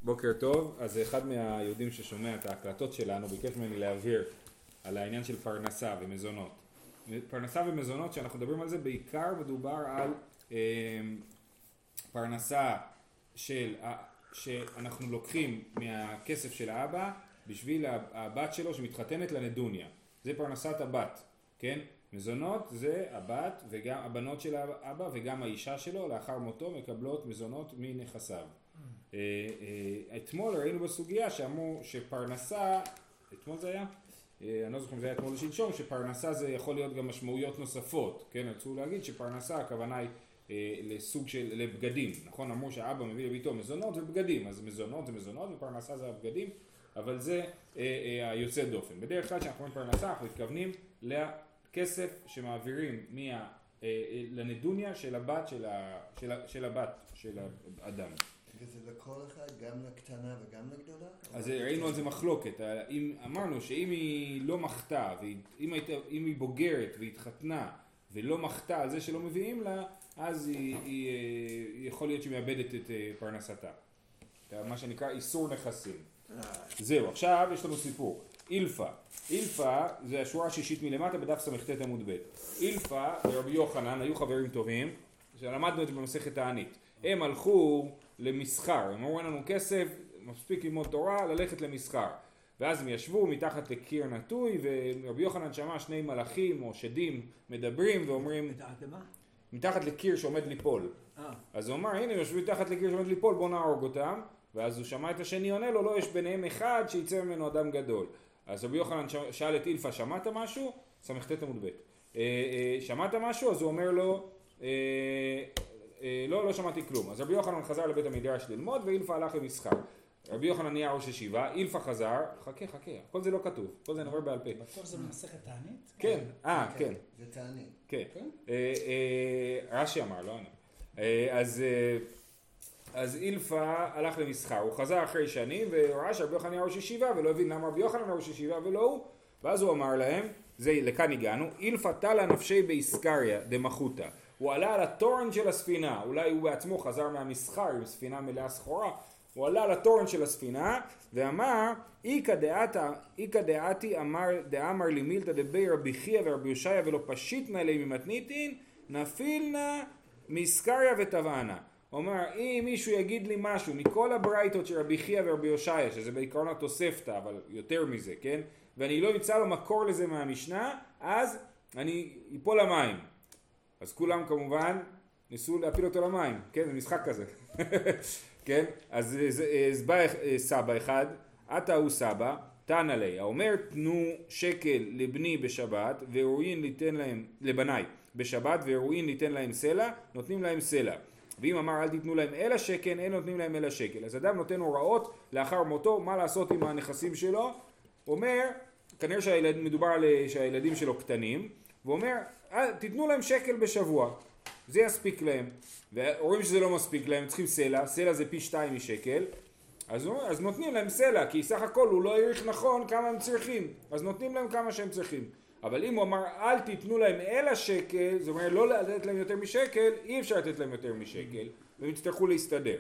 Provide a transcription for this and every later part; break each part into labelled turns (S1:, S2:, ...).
S1: בוקר טוב. אז אחד מהיהודים ששומע את ההקלטות שלנו ביקש ממני להבהיר על העניין של פרנסה ומזונות. פרנסה ומזונות, שאנחנו מדברים על זה, בעיקר מדובר על פרנסה שאנחנו לוקחים מהכסף של האבא בשביל הבת שלו שמתחתנת לנדוניה. זה פרנסת הבת, כן? מזונות זה הבת וגם הבנות של האבא וגם האישה שלו לאחר מותו מקבלות מזונות מנכסיו. אתמול ראינו בסוגיה שאמרו שפרנסה, אתמול זה היה? אני לא זוכר אם זה היה אתמול או שלשום, שפרנסה זה יכול להיות גם משמעויות נוספות, כן? רצו להגיד שפרנסה הכוונה היא לסוג של לבגדים, נכון? אמרו שהאבא מביא לביתו מזונות ובגדים, אז מזונות זה מזונות ופרנסה זה הבגדים, אבל זה היוצא דופן. בדרך כלל כשאנחנו אומרים פרנסה אנחנו מתכוונים לכסף שמעבירים לנדוניה של הבת של האדם.
S2: וזה לכל אחד, גם לקטנה וגם לגדולה?
S1: אז ראינו על זה מחלוקת. אמרנו שאם היא לא מחתה, אם היא בוגרת והתחתנה ולא מחתה על זה שלא מביאים לה, אז היא יכול להיות שהיא מאבדת את פרנסתה. מה שנקרא איסור נכסים. זהו, עכשיו יש לנו סיפור. אילפה זה השורה השישית מלמטה בדף סמכתת עמוד ב'. אילפה ורבי יוחנן היו חברים טובים, שלמדנו את זה במסכת תענית. הם הלכו למסחר, הם אמרו לנו כסף, מספיק ללמוד תורה, ללכת למסחר. ואז הם ישבו מתחת לקיר נטוי, ורבי יוחנן שמע שני מלאכים או שדים מדברים ואומרים, מתחת לקיר שעומד ליפול. אז הוא אמר, הנה הם יושבים מתחת לקיר שעומד ליפול, בוא נהרוג אותם. ואז הוא שמע את השני עונה לו, לא, יש ביניהם אחד שיצא ממנו אדם גדול. אז רבי יוחנן שאל את אילפה, שמעת משהו? סמכתת עמוד ב'. שמעת משהו? אז הוא אומר לו, לא שמעתי כלום. אז רבי יוחנן חזר לבית המדרש ללמוד, ואילפה הלך למסחר. רבי יוחנן נהיה ראש ישיבה, אילפה חזר, חכה, כל זה לא כתוב, כל זה נעבור בעל פה.
S3: בטוח זה במסכת תענית?
S1: כן, כן.
S2: זה תענית.
S1: כן. רש"י אמר, לא אני. אז אילפה הלך למסחר, הוא חזר אחרי שנים וראה שרבי יוחנן היה ראש ישיבה ולא הבין למה רבי יוחנן היה ראש ישיבה ולא הוא, ואז הוא אמר להם, לכאן הגענו, אילפה תלה נפשי באיסקריה דמחותה, הוא עלה על התורן של הספינה, אולי הוא בעצמו חזר מהמסחר עם ספינה מלאה סחורה, הוא עלה על התורן של הספינה ואמר, איקא דעתי דאמר לי מילתא דבי רבי חייא ורבי יושעיה ולא פשיטנא ליה ממתניתין, נפילנה מאיסקריה וטבענה. הוא אומר, אם מישהו יגיד לי משהו מכל הברייתות של רבי חייא ורבי יושעיה, שזה בעיקרון התוספתא, אבל יותר מזה, כן? ואני לא אמצא לו מקור לזה מהמשנה, אז אני אפול למים. אז כולם כמובן ניסו להפיל אותו למים, כן? זה משחק כזה. כן? אז בא סבא אחד, אתה הוא סבא, תנא ליה, אומר תנו שקל לבני בשבת, ואירועין ליתן להם, לבניי בשבת, ואירועין ליתן להם סלע, נותנים להם סלע. ואם אמר אל תיתנו להם אלא שקל, אין נותנים להם אלא שקל. אז אדם נותן הוראות לאחר מותו, מה לעשות עם הנכסים שלו. הוא אומר, כנראה מדובר על שהילדים שלו קטנים, והוא אומר, תיתנו להם שקל בשבוע, זה יספיק להם. ורואים שזה לא מספיק להם, צריכים סלע, סלע זה פי 2 משקל, אז נותנים להם סלע, כי סך הכל הוא לא העריך נכון כמה הם צריכים, אז נותנים להם כמה שהם צריכים. אבל אם הוא אמר אל תיתנו להם אלא שקל, זאת אומרת לא לתת להם יותר משקל, אי אפשר לתת להם יותר משקל, והם יצטרכו להסתדר.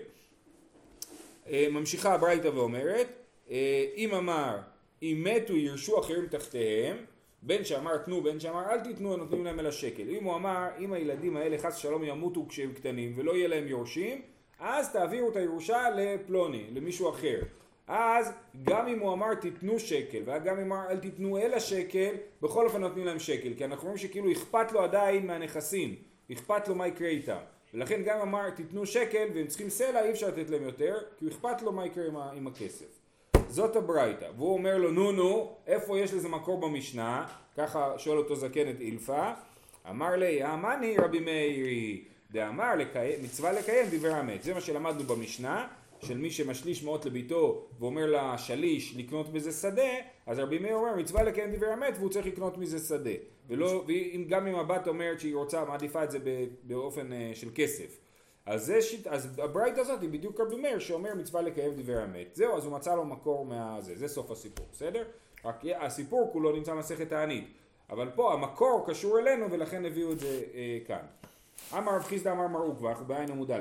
S1: ממשיכה הברייתא ואומרת, אם אמר אם מתו ירשו אחרים תחתיהם, בין שאמר תנו בין שאמר אל תיתנו, נותנים להם אלא שקל. אם הוא אמר אם הילדים האלה חס שלום ימותו כשהם קטנים ולא יהיה להם יורשים, אז תעבירו את הירושה לפלוני, למישהו אחר. אז גם אם הוא אמר תיתנו שקל, וגם אם אמר אל תיתנו אלא שקל, בכל אופן נותנים להם שקל, כי אנחנו רואים שכאילו אכפת לו עדיין מהנכסים, אכפת לו מה יקרה איתם. ולכן גם אמר תיתנו שקל והם צריכים סלע, אי אפשר לתת להם יותר, כי אכפת לו מה יקרה עם הכסף. זאת הברייתא, והוא אומר לו נו, איפה יש לזה מקור במשנה? ככה שואל אותו זקן את אילפה, אמר לי, אמני רבי מאירי, דאמר מצווה לקיים דברי האמת. זה מה שלמדנו במשנה, של מי שמשליש מאות לביתו ואומר לשליש לקנות בזה שדה, אז רבי מאיר אומר מצווה לקיים דברי האמת והוא צריך לקנות מזה שדה. גם אם הבת אומרת שהיא רוצה, מעדיפה את זה באופן של כסף. אז הברייתא הזאת היא בדיוק רבי מאיר שאומר מצווה לקיים דברי האמת. זהו, אז הוא מצא לו מקור מהזה, זה סוף הסיפור, בסדר? רק הסיפור כולו נמצא מסכת תענית. אבל פה המקור קשור אלינו ולכן הביאו את זה כאן. אמר רב חיסדא אמר מר עוקבא, אנחנו בעין עמוד א',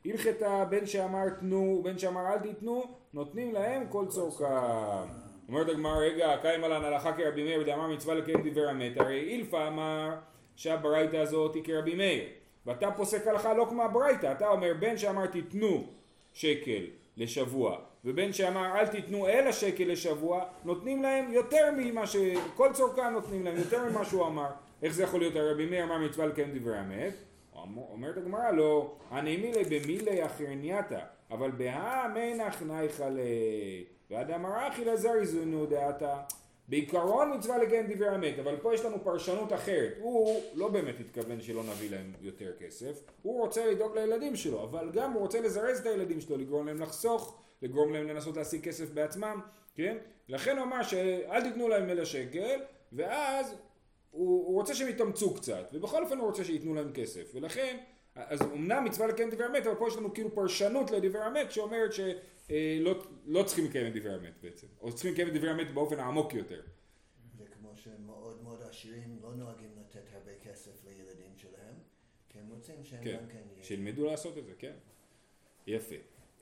S1: הלכתה בין שאמר תנו, בין שאמר אל תיתנו, נותנים להם כל צורכם. אומרת הגמרא, רגע, קיים עלן הלכה כרבי מאיר, ודאמר מצווה לקיים דבר המת, הרי אילפא אמר שהברייתא הזאת היא כרבי מאיר, ואתה פוסק הלכה לא כמו הברייתא, אתה אומר בין שאמר תיתנו שקל לשבוע, ובין שאמר אל תיתנו אלא שקל לשבוע, נותנים להם יותר ממה כל צורכם נותנים להם, יותר ממה שהוא אמר. איך זה יכול להיות? הרבי מאיר אמר מצווה לקיים דברי המת, אומרת הגמרא לא, הנעימילי במילי אחרנייתא, אבל בהמנח נייחא ליה, ועד אמר אחי לזרי זונו דעתה, בעיקרון מצווה לקיים דברי המת, אבל פה יש לנו פרשנות אחרת. הוא לא באמת התכוון שלא נביא להם יותר כסף, הוא רוצה לדאוג לילדים שלו, אבל גם הוא רוצה לזרז את הילדים שלו, לגרום להם לחסוך, לגרום להם לנסות להשיג כסף בעצמם, כן? לכן הוא אמר שאל תיתנו להם 1,000 שקל, ואז הוא רוצה שהם יתאמצו קצת, ובכל אופן הוא רוצה שיתנו להם כסף, ולכן, אז אמנם מצווה לקיים דברי המת, אבל פה יש לנו כאילו פרשנות לדברי המת, שאומרת שלא צריכים לקיים את דברי המת בעצם, או צריכים לקיים את דברי המת באופן העמוק יותר.
S2: זה כמו שמאוד מאוד עשירים לא נוהגים לתת הרבה כסף לילדים שלהם, כי הם רוצים שהם
S1: כן,
S2: גם כן
S1: שילמדו לעשות את זה, כן. יפה.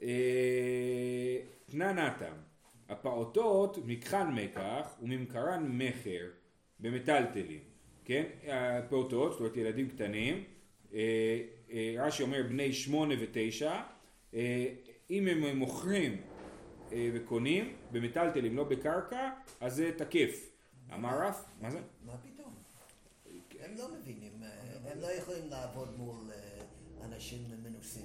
S1: תננתם, הפעוטות מקחן מקח וממכרן מחר במטלטלים, כן? הפעוטות, זאת אומרת ילדים קטנים, רש"י אומר בני 8 ו9, אם הם מוכרים וקונים במטלטלים לא בקרקע, אז זה תקף. אמר רף, מה זה?
S2: מה פתאום? הם לא מבינים, הם לא יכולים לעבוד מול אנשים מנוסים.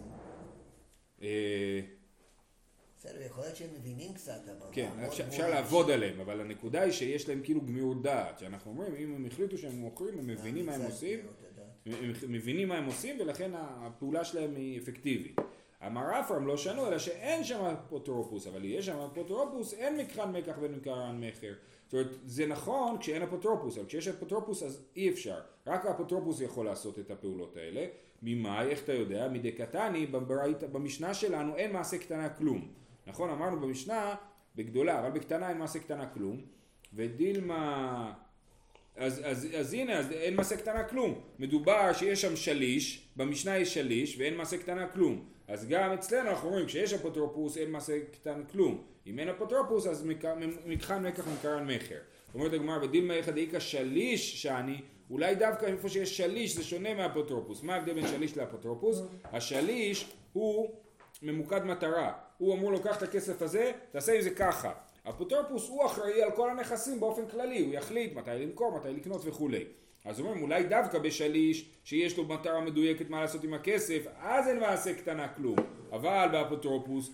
S2: בסדר, יכול להיות שהם מבינים קצת, אבל...
S1: כן, אפשר לעבוד עליהם, אבל הנקודה היא שיש להם כאילו גמירות דעת, שאנחנו אומרים, אם הם החליטו שהם מוכרים, הם מבינים מה הם עושים, הם מבינים מה הם עושים, ולכן הפעולה שלהם היא אפקטיבית. אמר אפרם לא שנו, אלא שאין שם אפוטרופוס, אבל יש שם אפוטרופוס, אין מקחן מקח ואין מקרן מחר. זאת אומרת, זה נכון כשאין אפוטרופוס, אבל כשיש אפוטרופוס אז אי אפשר. רק האפוטרופוס יכול לעשות את הפעולות האלה. ממאי, איך אתה יודע? מדי קטני, במשנה שלנו אין מעשה קטנה כלום. נכון, אמרנו במשנה בגדולה, אבל בקטנה אין מעשה קטנה כלום. ודילמה... אז הנה, אז אין מעשה קטנה כלום. מדובר שיש שם שליש, במשנה יש שליש ואין מעשה קטנה כלום. אז גם אצלנו אנחנו אומרים, כשיש אפוטרופוס אין מעשה קטן כלום. אם אין אפוטרופוס אז מקחן מקח מקרן מחר. אומרת הגמרא, ודילמה אחד איקה שליש שאני, אולי דווקא איפה שיש שליש זה שונה מהאפוטרופוס. מה ההבדל בין שליש לאפוטרופוס? השליש הוא ממוקד מטרה. הוא אמור לקח את הכסף הזה, תעשה עם זה ככה. האפוטרופוס הוא אחראי על כל הנכסים באופן כללי, הוא יחליט מתי למכור, מתי לקנות וכולי. אז אומרים, אולי דווקא בשליש שיש לו מטרה מדויקת מה לעשות עם הכסף, אז אין מעשה קטנה כלום. אבל באפוטרופוס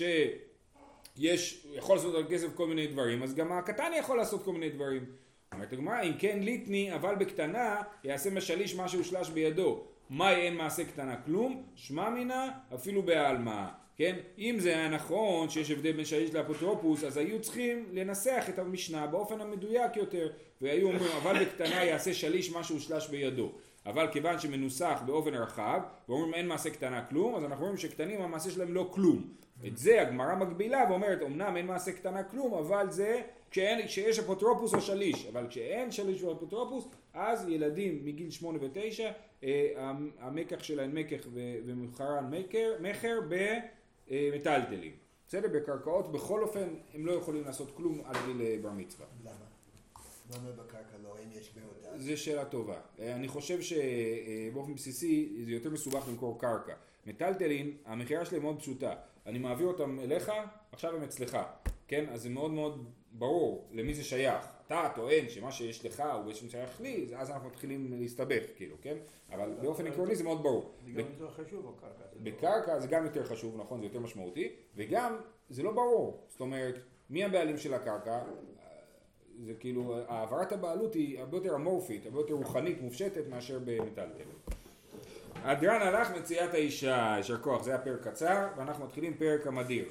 S1: שיש, יכול לעשות על כסף כל מיני דברים, אז גם הקטן יכול לעשות כל מיני דברים. אומרת הגמרא, אם כן ליטני, אבל בקטנה, יעשה משליש מה שהושלש בידו. מה אין מעשה קטנה כלום? שמע מינה, אפילו בעלמא. כן? אם זה היה נכון שיש הבדל בין שליש לאפוטרופוס, אז היו צריכים לנסח את המשנה באופן המדויק יותר, והיו אומרים, אבל בקטנה יעשה שליש מה שהושלש בידו. אבל כיוון שמנוסח באופן רחב, ואומרים אין מעשה קטנה כלום, אז אנחנו אומרים שקטנים המעשה שלהם לא כלום. את זה הגמרא מגבילה ואומרת, אמנם אין מעשה קטנה כלום, אבל זה כשיש אפוטרופוס או שליש. אבל כשאין שליש או אפוטרופוס, אז ילדים מגיל 8 ו9, המקח שלהם מקח ומחרן מחר במטלטלים. בסדר? בקרקעות בכל אופן הם לא יכולים לעשות כלום עד גיל בר מצווה.
S2: למה? למה בקרקע לא? אם יש גמירות?
S1: זו שאלה טובה. אני חושב שבאופן בסיסי זה יותר מסובך למכור קרקע. מטלטלים, המחירה שלהם מאוד פשוטה. אני מעביר אותם אליך, עכשיו הם אצלך. כן? אז זה מאוד מאוד ברור למי זה שייך. אתה טוען שמה שיש לך הוא בעצם שייך לי, אז אנחנו מתחילים להסתבך, כאילו, כן? אבל באופן עקרוני זה מאוד ברור.
S3: זה גם יותר חשוב בקרקע.
S1: בקרקע זה גם יותר חשוב, נכון, זה יותר משמעותי, וגם זה לא ברור. זאת אומרת, מי הבעלים של הקרקע? זה כאילו, העברת הבעלות היא הרבה יותר אמורפית, הרבה יותר רוחנית, מופשטת מאשר במטלטל. הדרן הלך מציאת האישה, ישר כוח, זה היה פרק קצר, ואנחנו מתחילים פרק המדיר.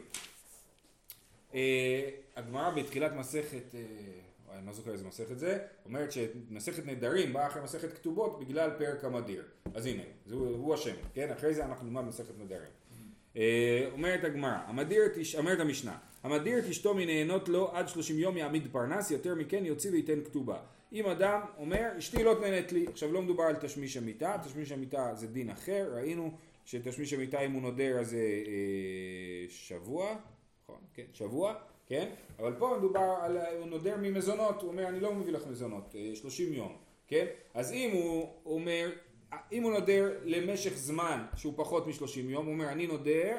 S1: הגמרא בתחילת מסכת, אני לא זוכר איזה מסכת זה, אומרת שמסכת נדרים באה אחרי מסכת כתובות בגלל פרק המדיר. אז הנה, הוא השם, כן? אחרי זה אנחנו נלמד מסכת נדרים. אומרת הגמרא, אומרת המשנה, המדיר את אשתו מנהנות לו עד 30 יום יעמיד פרנס, יותר מכן יוציא וייתן כתובה. אם אדם אומר, אשתי לא תנהנת לי, עכשיו לא מדובר על תשמיש המיטה, תשמיש המיטה זה דין אחר, ראינו שתשמיש המיטה אם הוא נודר אז שבוע, נכון? כן, שבוע, כן? אבל פה מדובר על הוא נודר ממזונות, הוא אומר אני לא מביא לך מזונות, 30 יום, כן? אז אם הוא אומר, אם הוא נודר למשך זמן שהוא פחות מ-30 יום, הוא אומר אני נודר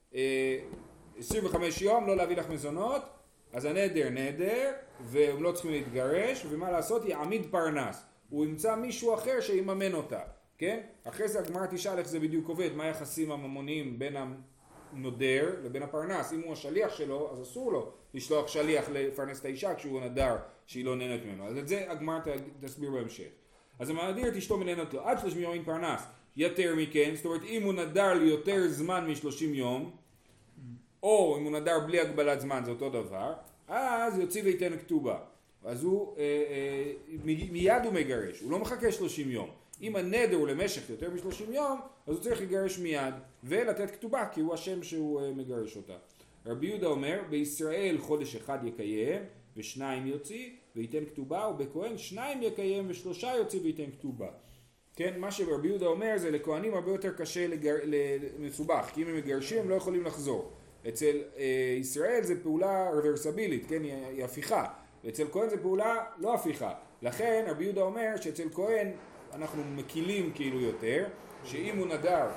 S1: 25 יום לא להביא לך מזונות, אז הנדר נדר והם לא צריכים להתגרש, ומה לעשות? יעמיד פרנס, הוא ימצא מישהו אחר שיממן אותה, כן? אחרי זה הגמרא תשאל איך זה בדיוק עובד, מה היחסים הממוניים בין הנודר לבין הפרנס. אם הוא השליח שלו אז אסור לו לשלוח שליח לפרנס את האישה כשהוא נדר שהיא לא נהנית ממנו, אז את זה הגמרא תסביר בהמשך. אז המנדר את אשתו מנהנת לו עד 30 יום אין פרנס, יותר מכן, זאת אומרת אם הוא נדר ליותר זמן מ-30 יום או אם הוא נדר בלי הגבלת זמן זה אותו דבר, אז יוציא וייתן כתובה, אז הוא מיד הוא מגרש, הוא לא מחכה 30 יום. אם הנדר הוא למשך יותר מ-30 יום אז הוא צריך לגרש מיד ולתת כתובה כי הוא השם שהוא מגרש אותה. רבי יהודה אומר בישראל חודש אחד יקיים ושניים יוציא וייתן כתובה, ובכהן 2 יקיים ו3 יוציא וייתן כתובה. כן, מה שרבי יהודה אומר זה לכהנים הרבה יותר קשה מסובך, כי אם הם מגרשים הם לא יכולים לחזור. אצל ישראל זה פעולה רוורסבילית, כן, היא הפיכה. אצל כהן זה פעולה לא הפיכה. לכן רבי יהודה אומר שאצל כהן אנחנו מקילים כאילו יותר, שאם הוא נדר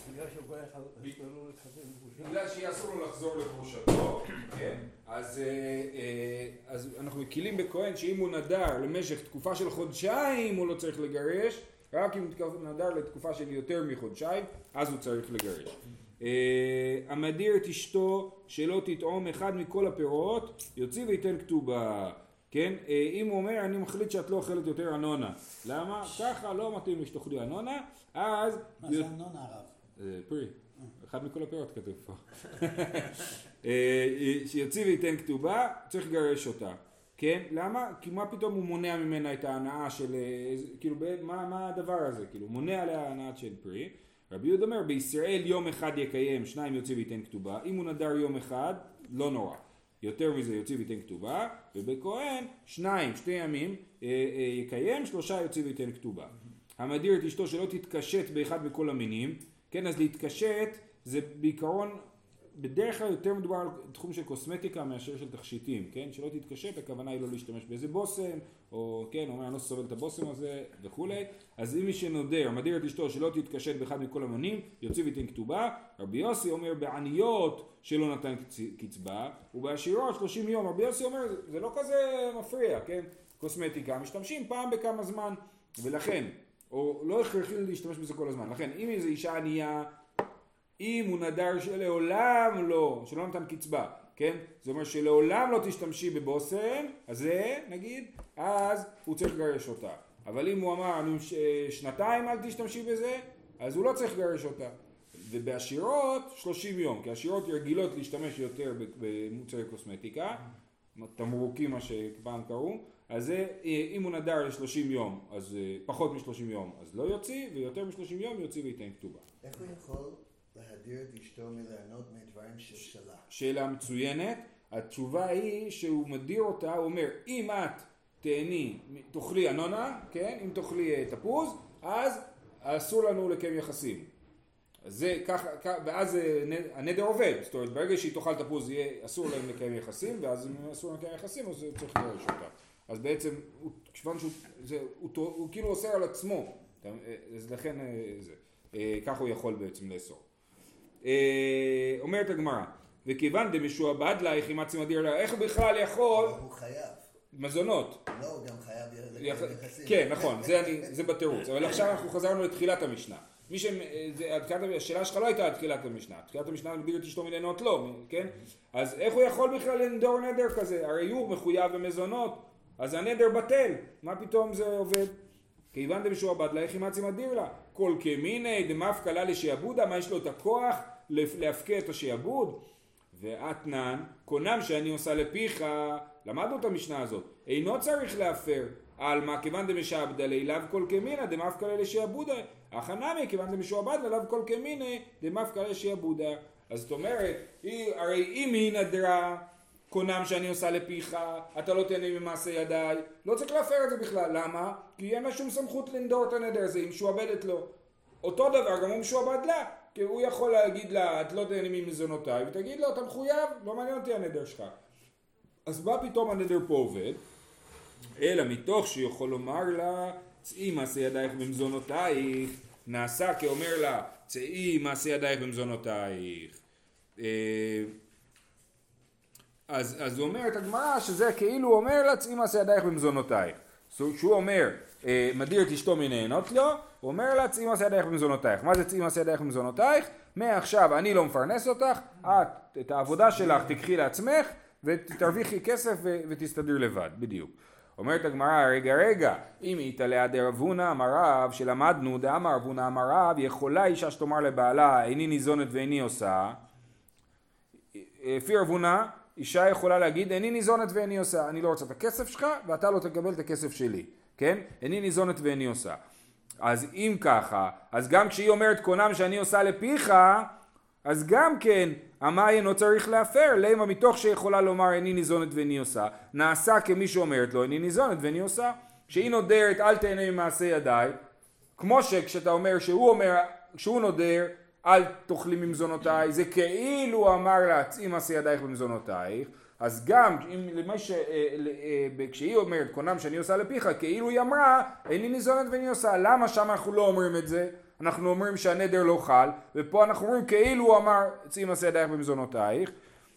S1: בגלל שיהיה אסור לו לחזור לגרושתו, כן? אז אנחנו מקילים בכהן שאם הוא נדר למשך תקופה של חודשיים הוא לא צריך לגרש, רק אם הוא נדר לתקופה של יותר מחודשיים אז הוא צריך לגרש. המדיר את אשתו שלא תטעום אחד מכל הפירות יוציא וייתן כתובה, כן? אם הוא אומר אני מחליט שאת לא אוכלת יותר אנונה, למה? ככה לא מתאים לי שתאכלי אנונה, אז
S3: מה זה אנונה הרב?
S1: פרי, אחד מכל הפירות כתוב פה. שיוציא וייתן כתובה צריך לגרש אותה, כן? למה? כי מה פתאום הוא מונע ממנה את ההנאה של, כאילו מה הדבר הזה? כאילו מונע עליה ההנאה של פרי. רבי יהודה אומר בישראל יום אחד יקיים 2 יוציא וייתן כתובה, אם הוא נדר יום אחד לא נורא, יותר מזה יוציא וייתן כתובה, ובכהן 2 ימים יקיים 3 יוציא וייתן כתובה. המדיר את אשתו שלא תתקשט באחד מכל המינים, כן, אז להתקשט זה בעיקרון בדרך כלל יותר מדובר על תחום של קוסמטיקה מאשר של תכשיטים, כן, שלא תתקשט הכוונה היא לא להשתמש באיזה בושם או כן, אומר אני לא סובל את הבושם הזה וכולי. אז אם מי שנודר מדיר את אשתו שלא תתקשט באחד מכל המינים יוציא וייתן כתובה. רבי יוסי אומר בעניות שלא נתן קצבה ובעשירות 30 יום. רבי יוסי אומר זה לא כזה מפריע, כן, קוסמטיקה משתמשים פעם בכמה זמן ולכן או לא הכרחי להשתמש בזה כל הזמן. לכן אם איזו אישה ענייה, אם הוא נדר שלעולם לא, שלא נתן קצבה, כן? זה אומר שלעולם לא תשתמשי בבושם, אז זה נגיד, אז הוא צריך לגרש אותה. אבל אם הוא אמר 2 אל תשתמשי בזה, אז הוא לא צריך לגרש אותה. ובעשירות 30 יום, כי עשירות רגילות להשתמש יותר במוצרי קוסמטיקה, תמרוקים מה שפעם קראו, אז זה, אם הוא נדר ל-30 יום, אז פחות מ-30 יום, אז לא יוציא, ויותר מ-30 יום יוציא וייתן כתובה.
S2: איך הוא יכול להדיר את אשתו מליהנות מדברים שלה?
S1: שאלה מצוינת. התשובה היא שהוא מדיר אותה, הוא אומר, אם את תהני, תאכלי אנונה, כן? אם תאכלי תפוז, אז אסור לנו לקיים יחסים. אז זה ככה, ואז הנדר עובד, זאת אומרת, ברגע שהיא תאכל תפוז, יהיה אסור להם לקיים יחסים, ואז אם אסור להם לקיים יחסים, אז צריך לגרש אותה. אז בעצם, הוא כאילו אוסר על עצמו, אז לכן כך הוא יכול בעצם לאסור. אומרת הגמרא, וכיוון דמשועבד לה, איך אימצי מדיר לה, איך בכלל יכול...
S2: הוא חייב.
S1: מזונות.
S2: לא, הוא גם חייב לקיים יחסים.
S1: כן, נכון, זה בתירוץ, אבל עכשיו אנחנו חזרנו לתחילת המשנה. השאלה שלך לא הייתה עד תחילת המשנה, תחילת המשנה מדיר את אשתו מליהנות לא, כן? אז איך הוא יכול בכלל לנדור נדר כזה? הרי הוא מחויב במזונות, אז הנדר בטל, מה פתאום זה עובד? כיוון דמשועבד לה, איך אימצי מדיר לה? כל כמיני דמפקא לה לשעבודה, מה יש לו את הכוח להפקע את השעבוד? ואתנן, קונם שאני עושה לפיך, למדנו את המשנה הזאת, אינו צריך להפר, על מה כיוון דמשעבדה לאליו כל כמינה דמפקא לה לשעבודה, החנמי כיוון דמשועבד לאליו כל כמינה דמפקא לה לשעבודה. אז זאת אומרת, הרי אם היא נדרה, קונם שאני עושה לפיך, אתה לא תהנה ממעשה ידיי, לא צריך להפר את זה בכלל. למה? כי אין לה שום סמכות לנדור את הנדר הזה, היא משועבדת לו. אותו דבר, גם הוא משועבד לה. כי הוא יכול להגיד לה, את לא תהני ממזונותיי, ותגיד לו, אתה מחויב, לא מעניין אותי הנדר שלך. אז מה פתאום הנדר פה עובד? אלא מתוך שיכול לומר לה, צאי מעשה ידייך במזונותייך, נעשה כאומר לה, צאי מעשה ידייך במזונותייך. אז הוא אומר את הגמרא שזה כאילו אומר לה, צאי מעשה ידייך במזונותייך. שהוא אומר, מדיר את אשתו מנהנות לו, הוא אומר לה, צאי מעשה ידייך במזונותייך. מה זה צאי מעשה ידייך במזונותייך? מעכשיו אני לא מפרנס אותך, את העבודה שלך תקחי לעצמך, ותרוויחי כסף ותסתדר לבד, בדיוק. אומרת הגמרא, רגע, אם היא תליה דרב הונא אמר רב, שלמדנו דאמר רב הונא אמר רב, יכולה אישה שתאמר לבעלה, איני ניזונת ואיני עושה. לפי רב הונא, אישה יכולה להגיד, איני ניזונת ואיני עושה, אני לא רוצה את הכסף שלך, ואתה לא תקבל את הכסף שלי, כן? איני ניזונת ואיני עושה. אז אם ככה, אז גם כשהיא אומרת קונם שאני עושה לפיך, אז גם כן, המעיין לא צריך להפר, למה מתוך שיכולה לומר איני ניזונת ואיני עושה, נעשה כמי שאומרת לו איני ניזונת ואיני עושה. כשהיא נודרת אל תהנה ממעשה ידיי, כמו שכשאתה אומר שהוא נודר אל תאכלי ממזונותיי, זה כאילו אמר לה צאי מעשה ידייך במזונותייך. אז גם כשהיא אומרת קונם שאני עושה לפיך, כאילו היא אמרה איני ניזונת ואיני עושה. למה שם אנחנו לא אומרים את זה? אנחנו אומרים שהנדר לא חל, ופה אנחנו אומרים כאילו הוא אמר צאי מעשה ידייך במזונותייך.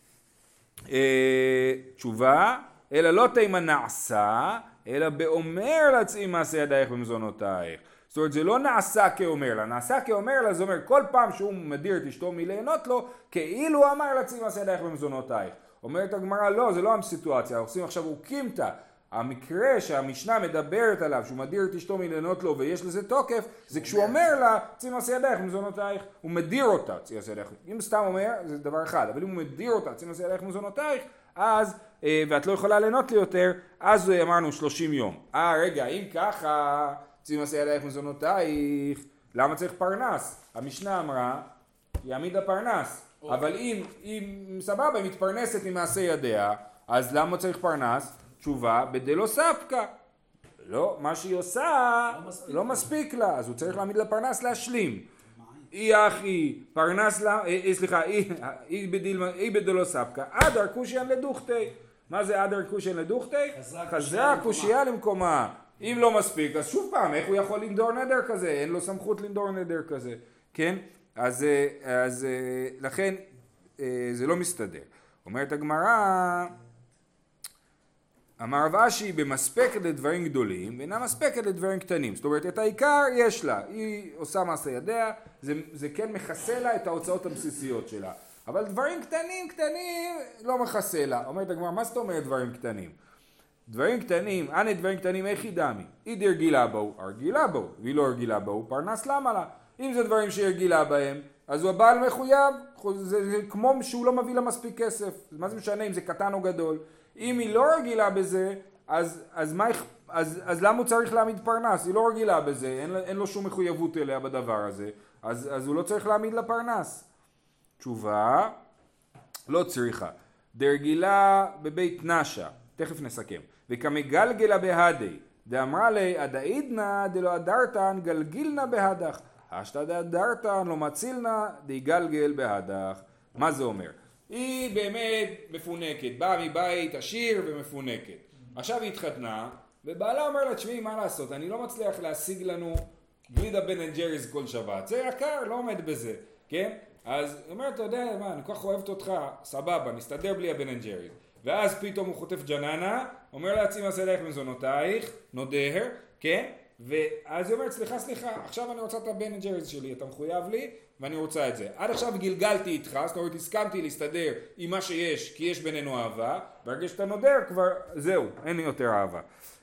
S1: תשובה, אלא לא תימא נעשה, אלא באומר לה צאי מעשה ידייך במזונותייך. זאת אומרת זה לא נעשה כאומר לה, נעשה כאומר לה, זה אומר כל פעם שהוא מדיר את אשתו מליהנות לו, כאילו הוא אמר לה צאי מעשה ידייך במזונותייך. אומרת הגמרא לא, זה לא הסיטואציה, עושים עכשיו אוקימתא. המקרה שהמשנה מדברת עליו, שהוא מדיר את אשתו מליהנות לו ויש לזה תוקף, זה כשהוא אומר לה, צאי מעשה ידייך במזונותייך, הוא מדיר אותה, צאי מעשה ידייך. אם סתם אומר, זה דבר אחד, אבל אם הוא מדיר אותה, צאי מעשה ידייך במזונותייך, אז, ואת לא יכולה ליהנות לי יותר, אז אמרנו 30 יום. רגע, אם ככה, צאי מעשה ידייך במזונותייך, למה צריך פרנס? המשנה אמרה, יעמיד הפרנס, אבל אם סבבה, היא מתפרנסת ממעשה ידיה, אז למה צריך פרנס? תשובה, בדלא ספקא. לא, מה שהיא עושה לא מספיק לה, אז הוא צריך להעמיד לפרנס להשלים. היא פרנס לה, סליחה, היא בדלא ספקא, אדר קושיין לדוכתי. מה זה אדר קושיין לדוכתי? חזרה קושייה למקומה. אם לא מספיק, אז שוב פעם, איך הוא יכול לנדור נדר כזה? אין לו סמכות לנדור נדר כזה, כן? אז לכן זה לא מסתדר. אומרת הגמרא, אמר רב אשי במספקת לדברים גדולים ואינה מספקת לדברים קטנים. זאת אומרת, את העיקר יש לה, היא עושה מעשה ידיה, זה כן מכסה לה את ההוצאות הבסיסיות שלה. אבל דברים קטנים לא מכסה לה. אומרת הגמרא, מה זאת אומרת דברים קטנים? דברים קטנים, דברים קטנים איך היא דמי? היא רגילה בו, הרגילה בו, והיא לא רגילה בו, פרנס למה לה? אם זה דברים שהיא רגילה בהם, אז הוא הבעל מחויב, זה כמו שהוא לא מביא לה מספיק כסף. מה זה משנה אם זה קטן או גדול? אם היא לא רגילה בזה, אז למה הוא צריך להעמיד פרנס? היא לא רגילה בזה, אין לו שום מחויבות אליה בדבר הזה, אז הוא לא צריך להעמיד לה פרנס. תשובה, לא צריכה. דרגילה בבית נשה, תכף נסכם. וכמגלגלה בהדי, דאמרה לי, עדאידנה דלא אדרתן גלגילנה בהדך. השתא דאדרתן לא מצילנה דיגלגל בהדך. מה זה אומר? היא באמת מפונקת, באה מבית עשיר ומפונקת. עכשיו היא התחתנה, ובעלה אומר לה, תשמעי, מה לעשות? אני לא מצליח להשיג לנו גלידה בן אנד ג'ריז כל שבת. זה יקר, לא עומד בזה, כן? אז היא אומרת, אתה יודע מה, אני כל כך אוהבת אותך, סבבה, נסתדר בלי הבן אנד ג'ריז. ואז פתאום הוא חוטף ג'ננה, אומר לה, צאי מעשה ידייך במזונותייך, נודר, כן? ואז היא אומרת, סליחה, עכשיו אני רוצה את הבן אנד ג'ריז שלי, אתה מחויב לי, ואני רוצה את זה. עד עכשיו גלגלתי איתך, זאת אומרת, הסכמתי להסתדר עם מה שיש, כי יש בינינו אהבה, ברגע שאתה נודר כבר, זהו, אין לי יותר אהבה.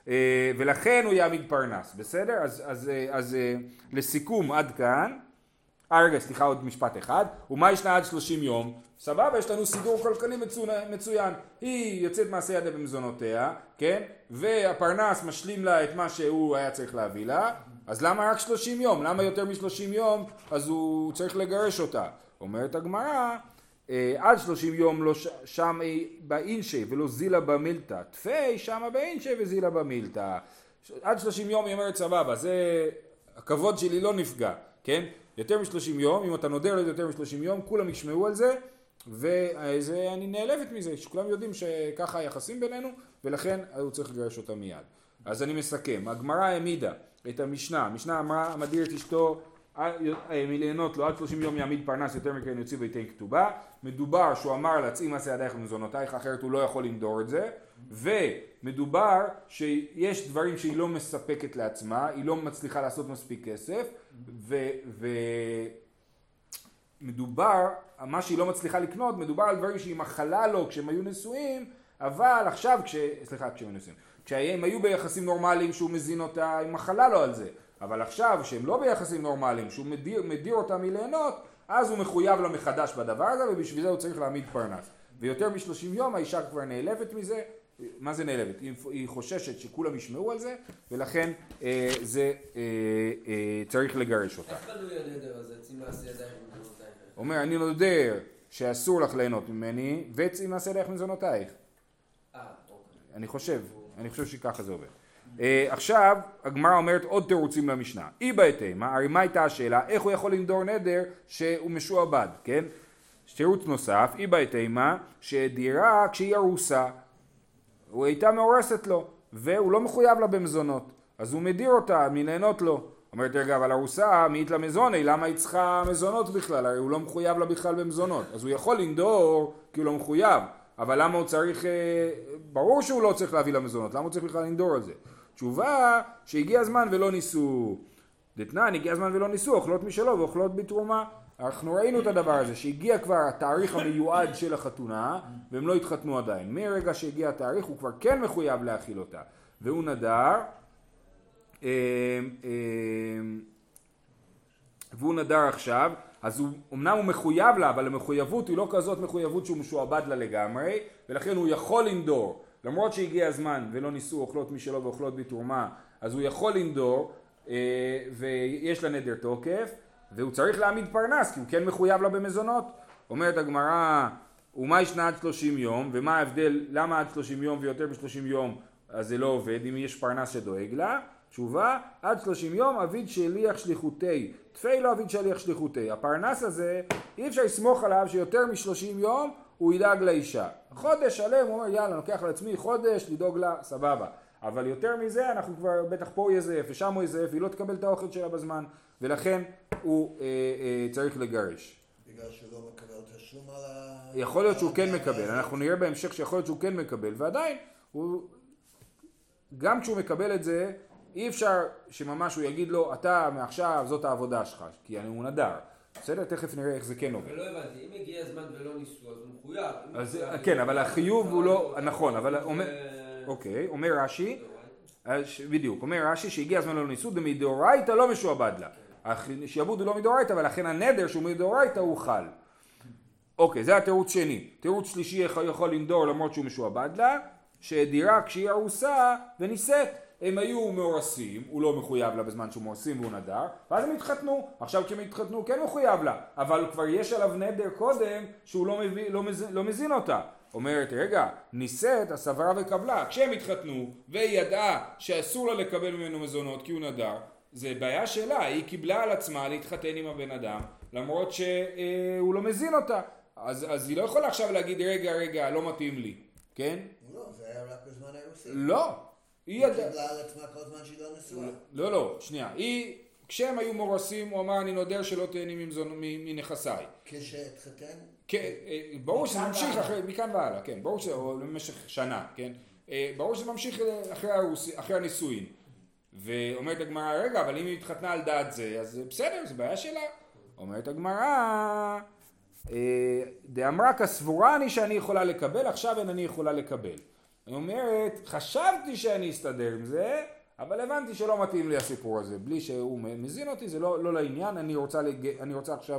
S1: ולכן הוא יעמיד פרנס, בסדר? אז לסיכום עד כאן, רגע, סליחה, עוד משפט אחד, ומה ישנה עד 30 יום? סבבה, יש לנו סידור כלכלי מצוין. היא יוצאת מעשה ידיה במזונותיה, כן? והפרנס משלים לה את מה שהוא היה צריך להביא לה, אז למה רק 30 יום? למה יותר מ-30 יום? אז הוא צריך לגרש אותה. אומרת הגמרא, עד 30 יום לא שם באינשי ולא זילה במילתא, תפי שמה באינשי וזילה במילתא. עד 30 יום היא אומרת סבבה, זה הכבוד שלי לא נפגע. כן? יותר מ-30 יום, אם אתה נודר יותר מ-30 יום, כולם ישמעו על זה, ואני נעלבת מזה, שכולם יודעים שככה היחסים בינינו, ולכן הוא צריך לגרש אותה מיד. אז אני מסכם, הגמרא העמידה את המשנה, המשנה אמרה, המדיר את אשתו מליהנות לו עד 30 יום יעמיד פרנס יותר מכן יוציא ויתן כתובה, מדובר שהוא אמר לה צאי מעשה ידייך ומזונותייך, אחרת הוא לא יכול לנדור את זה, ומדובר שיש דברים שהיא לא מספקת לעצמה, היא לא מצליחה לעשות מספיק כסף, מדובר, מה שהיא לא מצליחה לקנות, מדובר על דברים שהיא מחלה לו כשהם היו נשואים, אבל עכשיו כשהם נשואים, כשהם היו ביחסים נורמליים שהוא מזין אותה, היא מחלה לו על זה, אבל עכשיו שהם לא ביחסים נורמליים, שהוא מדיר אותה מליהנות, אז הוא מחויב לה מחדש בדבר הזה, ובשביל זה הוא צריך להעמיד פרנס. ויותר מ-30 יום האישה כבר נעלבת מזה, מה זה נעלבת? היא חוששת שכולם ישמעו על זה, ולכן זה צריך לגרש אותה.
S3: איך בנוי הנדר הזה? צאי מעשה ידייך ומזונותייך.
S1: אומר, אני נודר שאסור לך ליהנות ממני, וצאי מעשה ידייך ומזונותייך.
S3: אוקיי.
S1: אני חושב שככה זה עובד. עכשיו הגמרא אומרת עוד תירוצים למשנה. אי בהתאמה, הרי מה הייתה השאלה? איך הוא יכול לנדור נדר שהוא משועבד, כן? תירוץ נוסף, אי בהתאמה, שדירה כשהיא ארוסה, הוא הייתה מאורסת לו, והוא לא מחויב לה במזונות, אז הוא מדיר אותה מליהנות לו. אומרת רגע, אבל ארוסה מאית לה מזוני, למה היא צריכה מזונות בכלל? הרי הוא לא מחויב לה בכלל במזונות, אז הוא יכול לנדור כי הוא לא מחויב, אבל למה הוא צריך, ברור שהוא לא צריך להביא למזונות, למה הוא צריך בכלל לנדור על זה? תשובה שהגיע הזמן ולא ניסו, דתנן הגיע הזמן ולא ניסו, אוכלות משלו ואוכלות בתרומה. אנחנו ראינו את הדבר הזה, שהגיע כבר התאריך המיועד של החתונה, והם לא התחתנו עדיין. מרגע שהגיע התאריך הוא כבר כן מחויב להאכיל אותה, והוא נדר, עכשיו, אז אמנם הוא מחויב לה, אבל המחויבות היא לא כזאת מחויבות שהוא משועבד לה לגמרי, ולכן הוא יכול לנדור, למרות שהגיע הזמן ולא ניסו אוכלות משלו ואוכלות בתרומה, אז הוא יכול לנדור, ויש לה נדר תוקף, והוא צריך להעמיד פרנס, כי הוא כן מחויב לה במזונות. אומרת הגמרא, ומה ישנה עד 30 יום, ומה ההבדל, למה עד 30 יום ויותר מ-30 יום, אז זה לא עובד, אם יש פרנס שדואג לה. תשובה, עד 30 יום אביד שליח שליחותי, תפי לא אביד שליח שליחותי. הפרנס הזה, אי אפשר לסמוך עליו שיותר מ-30 יום הוא ידאג לאישה. חודש שלם, הוא אומר יאללה, לוקח לעצמי חודש לדאוג לה, סבבה. אבל יותר מזה, אנחנו כבר בטח פה הוא יזף, ושם הוא יזף, היא לא תקבל את האוכל שלה בזמן, ולכן הוא צריך לגרש.
S2: בגלל שהוא לא מקבל תשלום על
S1: יכול להיות שהוא כן מקבל, אנחנו נראה בהמשך שיכול להיות שהוא כן מקבל, ועדיין, גם כשהוא מקבל את זה, אי אפשר שממש הוא יגיד לו, אתה מעכשיו זאת העבודה שלך, כי הוא נדר. בסדר? תכף נראה איך זה כן עובד.
S3: ולא הבנתי, אם הגיע הזמן ולא ניסו, אז הוא מחויב.
S1: כן, אבל החיוב הוא לא, נכון, אבל אוקיי, אומר רש"י, בדיוק, אומר רש"י שהגיע הזמן לא ניסו, דמדאורייתא לא משועבד לה. שיעבוד הוא לא מדאורייתא, אבל לכן הנדר שהוא מדאורייתא הוא חל. אוקיי, זה התירוץ שני. תירוץ שלישי יכול לנדור למרות שהוא משועבד לה, שדירה כשהיא ארוסה ונישאת, הם היו מאורסים, הוא לא מחויב לה בזמן שהוא מאורסים והוא נדר, ואז הם התחתנו. עכשיו כשהם התחתנו כן מחויב לה, אבל כבר יש עליו נדר קודם שהוא לא מזין אותה. אומרת, רגע, נישאת, הסברה וקבלה, כשהם התחתנו והיא ידעה שאסור לה לקבל ממנו מזונות כי הוא נדר, זה בעיה שלה, היא קיבלה על עצמה להתחתן עם הבן אדם, למרות שהוא לא מזין אותה, אז היא לא יכולה עכשיו להגיד, רגע, לא מתאים לי, כן?
S2: לא, זה היה רק בזמן האירוסין.
S1: לא.
S2: היא קיבלה על עצמה כל זמן שהיא לא נשואה.
S1: לא, שנייה, כשהם היו מורסים, הוא אמר, אני נודר שלא תהני מנכסיי.
S2: כשהתחתן?
S1: כן, ברור שזה ממשיך מכאן והלאה, כן, ברור שזה במשך שנה, כן, ברור שזה ממשיך אחרי הנישואין, ואומרת הגמרא, רגע, אבל אם היא התחתנה על דעת זה, אז בסדר, זה בעיה שלה. אומרת הגמרא, דאמרה כסבורה אני שאני יכולה לקבל, עכשיו אין אני יכולה לקבל. היא אומרת, חשבתי שאני אסתדר עם זה, אבל הבנתי שלא מתאים לי הסיפור הזה, בלי שהוא מזין אותי, זה לא לעניין, אני רוצה עכשיו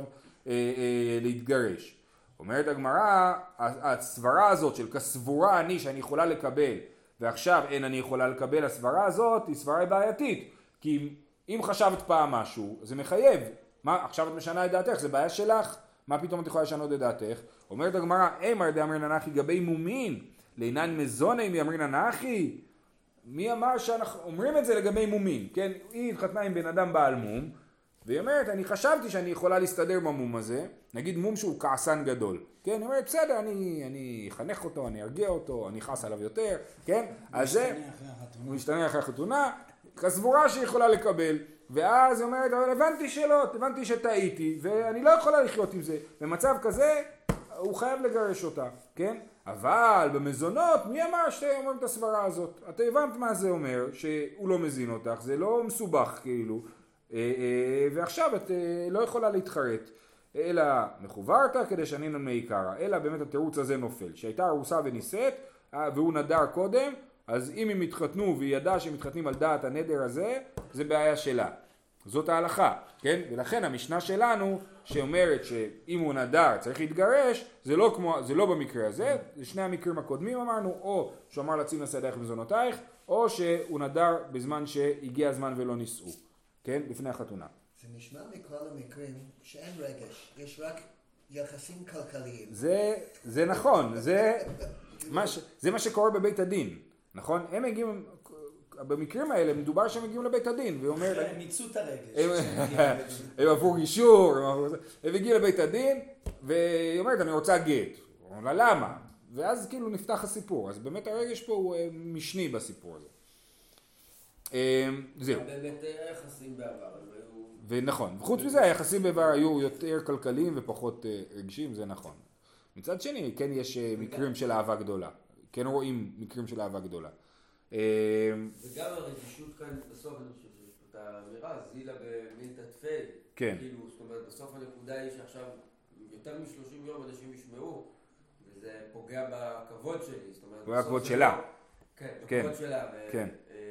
S1: להתגרש. אומרת הגמרא, הסברה הזאת של כסבורה אני שאני יכולה לקבל, ועכשיו אין אני יכולה לקבל, הסברה הזאת היא סברה בעייתית, כי אם חשבת פעם משהו, זה מחייב. מה, עכשיו את משנה את דעתך, זה בעיה שלך, מה פתאום את יכולה לשנות את דעתך? אומרת הגמרא, אמר דאמרינן אחי גבי מומין, לעניין מזוני מאמרינן אחי, מי אמר שאנחנו אומרים את זה לגבי מומין, כן? היא התחתנה עם בן אדם בעל מום, והיא אומרת, אני חשבתי שאני יכולה להסתדר במום הזה, נגיד מום שהוא כעסן גדול, כן? היא אומרת, בסדר, אני אחנך אותו, אני ארגיע אותו, אני אכעס עליו יותר, כן? אז זה, הוא משתנה אחרי החתונה, כסבורה שהיא יכולה לקבל, ואז היא אומרת, אבל הבנתי שלא, הבנתי שטעיתי, ואני לא יכולה לחיות עם זה. במצב כזה, הוא חייב לגרש אותה, כן? אבל במזונות, מי אמר שאתם אומרים את הסברה הזאת? אתה הבנת מה זה אומר, שהוא לא מזין אותך, זה לא מסובך כאילו, ועכשיו את לא יכולה להתחרט, אלא מחוברת כדי שנינן מעיקרה, אלא באמת התירוץ הזה נופל, שהייתה ארוסה ונישאת, והוא נדר קודם, אז אם הם התחתנו והיא ידעה שהם מתחתנים על דעת הנדר הזה, זה בעיה שלה. זאת ההלכה, כן? ולכן המשנה שלנו שאומרת שאם הוא נדר צריך להתגרש, זה לא במקרה הזה, זה שני המקרים הקודמים אמרנו, או שהוא אמר להציב נשא ידייך מזונותייך, או שהוא נדר בזמן שהגיע הזמן ולא נישאו, כן? לפני החתונה.
S2: זה נשמע מכל המקרים שאין רגש, יש רק יחסים כלכליים.
S1: זה נכון, זה מה שקורה בבית הדין, נכון? הם מגיעים, במקרים האלה מדובר שהם מגיעים לבית הדין, ואומר...
S4: הם ניצו את הרגש.
S1: הם עברו גישור, הם הגיעו לבית הדין, והיא אומרת, אני רוצה גט. הוא אומר לה, למה? ואז כאילו נפתח הסיפור, אז באמת הרגש פה הוא משני בסיפור הזה. זהו.
S3: באמת היחסים בעבר, הם היו...
S1: ונכון, וחוץ מזה היחסים בעבר היו יותר כלכליים ופחות רגשיים, זה נכון. מצד שני, כן יש מקרים של אהבה גדולה. כן רואים מקרים של אהבה גדולה.
S3: וגם הרגישות כאן, בסוף אני חושב שיש פה את האמירה, זילה במילתא תפי.
S1: כן.
S3: כאילו, זאת אומרת, בסוף הנקודה היא שעכשיו יותר מ-30 יום אנשים ישמעו, וזה פוגע בכבוד שלי, זאת אומרת...
S1: בכבוד שלה.
S3: כן, בכבוד שלה.
S1: כן.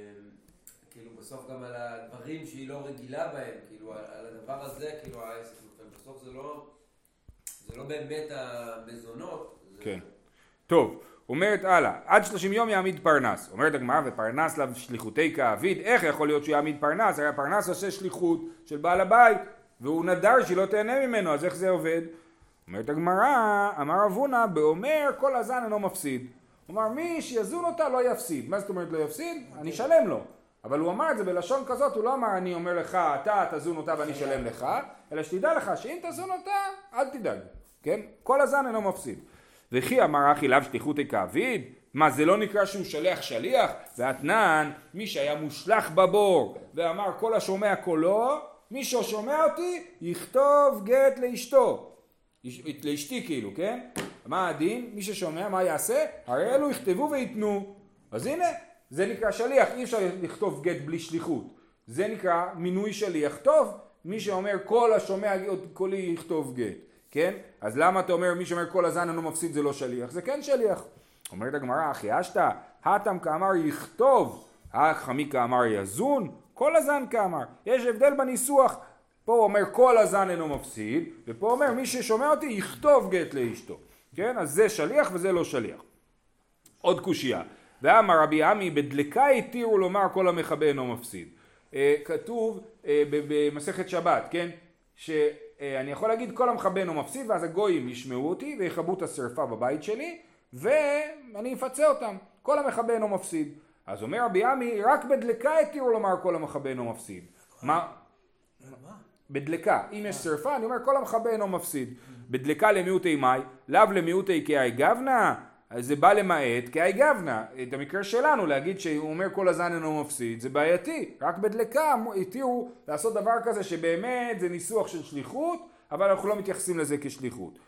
S3: כאילו, בסוף גם על הדברים שהיא לא רגילה בהם, כאילו, על הדבר הזה, כאילו, העסק, בסוף זה לא באמת המזונות.
S1: כן. טוב. אומרת הלאה, עד 30 יום יעמיד פרנס. אומרת הגמרא, ופרנס לה שליחותי כעביד, איך יכול להיות שהוא יעמיד פרנס? הרי הפרנס עושה שליחות של בעל הבית, והוא נדר שהיא לא תהנה ממנו, אז איך זה עובד? אומרת הגמרא, אמר אבונה, באומר כל הזן אינו מפסיד. הוא אמר, מי שיזון אותה לא יפסיד. מה זאת אומרת לא יפסיד? אני אשלם לו. אבל הוא אמר את זה בלשון כזאת, הוא לא אמר, אני אומר לך, אתה תזון אותה ואני אשלם לך, אלא שתדע לך שאם תזון אותה, אל תדאג. כן? כל הזן אינו מפסיד. וכי אמר אחי לאו שליחותי כעביד? מה, זה לא נקרא שהוא שלח שליח? ואתנן, מי שהיה מושלח בבור ואמר כל השומע קולו, מי ששומע אותי יכתוב גט לאשתו. לאשתי כאילו, כן? מה הדין? מי ששומע מה יעשה? הרי אלו יכתבו ויתנו. אז הנה, זה נקרא שליח, אי אפשר לכתוב גט בלי שליחות. זה נקרא מינוי שליח טוב, מי שאומר כל השומע קולי יכתוב גט. כן? אז למה אתה אומר, מי שאומר כל הזן אינו מפסיד זה לא שליח? זה כן שליח. אומרת הגמרא, אחי אשתא, התם כאמר יכתוב, החמי כאמר יזון, כל הזן כאמר. יש הבדל בניסוח. פה הוא אומר כל הזן אינו מפסיד, ופה אומר מי ששומע אותי יכתוב גט לאשתו. כן? אז זה שליח וזה לא שליח. עוד קושייה. ואמר רבי עמי, בדלקה התירו לומר כל המכבה אינו מפסיד. כתוב במסכת שבת, כן? שאני יכול להגיד כל המכבה אינו מפסיד, ואז הגויים ישמעו אותי ויכבו את השרפה בבית שלי, ואני אפצה אותם. כל המכבה אינו מפסיד. אז אומר רבי עמי, רק בדלקה התירו לומר כל המכבה אינו מפסיד. מה? בדלקה. אם יש שרפה, אני אומר כל המכבה אינו מפסיד. בדלקה למיעוטי מאי, לאו למיעוטי כאי גבנה, אז זה בא למעט כאי גבנה. את המקרה שלנו, להגיד שהוא אומר כל הזן אינו מפסיד, זה בעייתי. רק בדלקה התירו לעשות דבר כזה שבאמת זה ניסוח של שליחות, אבל אנחנו לא מתייחסים לזה כשליחות.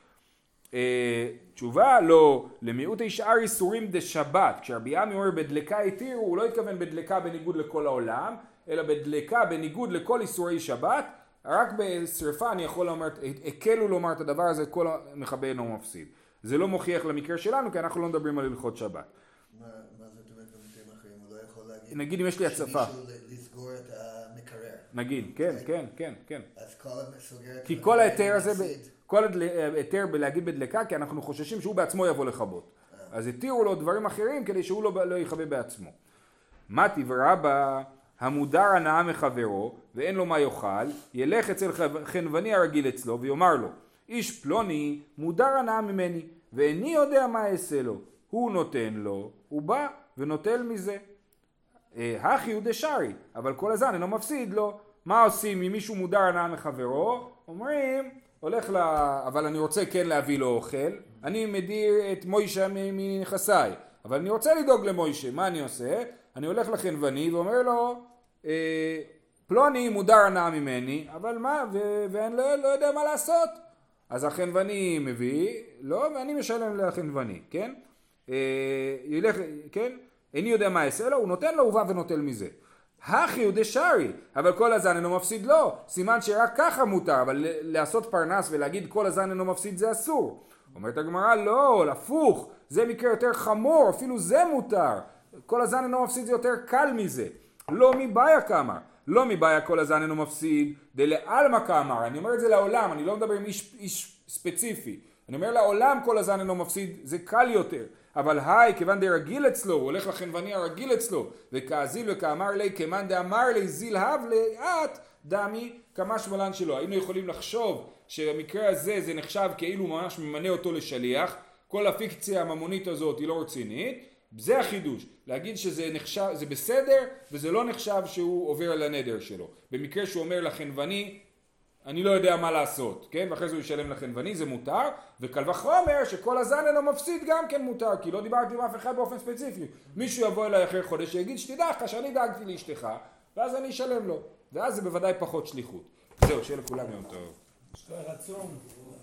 S1: תשובה, לא, למיעוטי שאר איסורים דשבת. כשרבי עמי אומר בדלקה התירו, הוא לא התכוון בדלקה בניגוד לכל העולם, אלא בדלקה בניגוד לכל איסורי שבת. רק בשריפה אני יכול לומר, הקלו לומר את הדבר הזה, כל המכבה אינו מפסיד. זה לא מוכיח למקרה שלנו, כי אנחנו לא מדברים על הלכות שבת.
S2: מה זאת אומרת במקרים אחרים? הוא לא יכול להגיד...
S1: נגיד אם יש לי הצפה.
S2: שמישהו לסגור את המקרר.
S1: נגיד, כן.
S2: אז כל סוגר את...
S1: כי כל ההיתר הזה, כל היתר בלהגיד בדלקה, כי אנחנו חוששים שהוא בעצמו יבוא לכבות. אז התירו לו דברים אחרים כדי שהוא לא יכבה בעצמו. מתי ורבא, המודר הנאה מחברו, ואין לו מה יאכל, ילך אצל חנווני הרגיל אצלו ויאמר לו, איש פלוני מודר הנאה ממני, ואיני יודע מה אעשה לו. הוא נותן לו, הוא בא ונוטל מזה. הכי הוא דשארי, אבל כל הזן אינו מפסיד לו. מה עושים אם מישהו מודר הנאה מחברו? אומרים, הולך אבל אני רוצה כן להביא לו אוכל, אני מדיר את מוישה מנכסיי, אבל אני רוצה לדאוג למוישה, מה אני עושה? אני הולך לחנווני ואומר לו, פלוני מודר הנאה ממני, אבל מה, ואני לא יודע מה לעשות. אז החנווני מביא, לא, ואני משלם לחנווני, כן? ילך, כן? איני יודע מה יעשה לו, הוא נותן לו, הוא בא ונוטל מזה. הכי הוא דשארי, אבל כל הזן אינו מפסיד לו, סימן שרק ככה מותר, אבל לעשות פרנס ולהגיד כל הזן אינו מפסיד זה אסור. אומרת הגמרא, לא, הפוך, זה מקרה יותר חמור, אפילו זה מותר. כל הזן אינו מפסיד זה יותר קל מזה. לא מבעיה כאמר, לא מבעיה כל הזן אינו מפסיד, דלעלמא כאמר, אני אומר את זה לעולם, אני לא מדבר עם איש ספציפי. אני אומר לעולם כל הזן אינו מפסיד, זה קל יותר. אבל היי, כיוון דרגיל אצלו, הוא הולך לחנווני הרגיל אצלו, וכאזיל וכאמר לי, כמאן דאמר לי זילהב לאט, דמי כמה שמלן שלו. היינו יכולים לחשוב שבמקרה הזה זה נחשב כאילו ממש ממנה אותו לשליח, כל הפיקציה הממונית הזאת היא לא רצינית, זה החידוש, להגיד שזה נחשב, זה בסדר, וזה לא נחשב שהוא עובר על הנדר שלו. במקרה שהוא אומר לחנווני, אני לא יודע מה לעשות, כן? ואחרי זה הוא ישלם לחנווני, זה מותר, וקל וחומר שכל הזן אינו מפסיד גם כן מותר, כי לא דיברתי עם אף אחד באופן ספציפי. מישהו יבוא אליי אחרי חודש שיגיד, שתדע לך שאני דאגתי לאשתך, ואז אני אשלם לו, ואז זה בוודאי פחות שליחות. זהו, שיהיה לכולם יום טוב.
S4: רצון.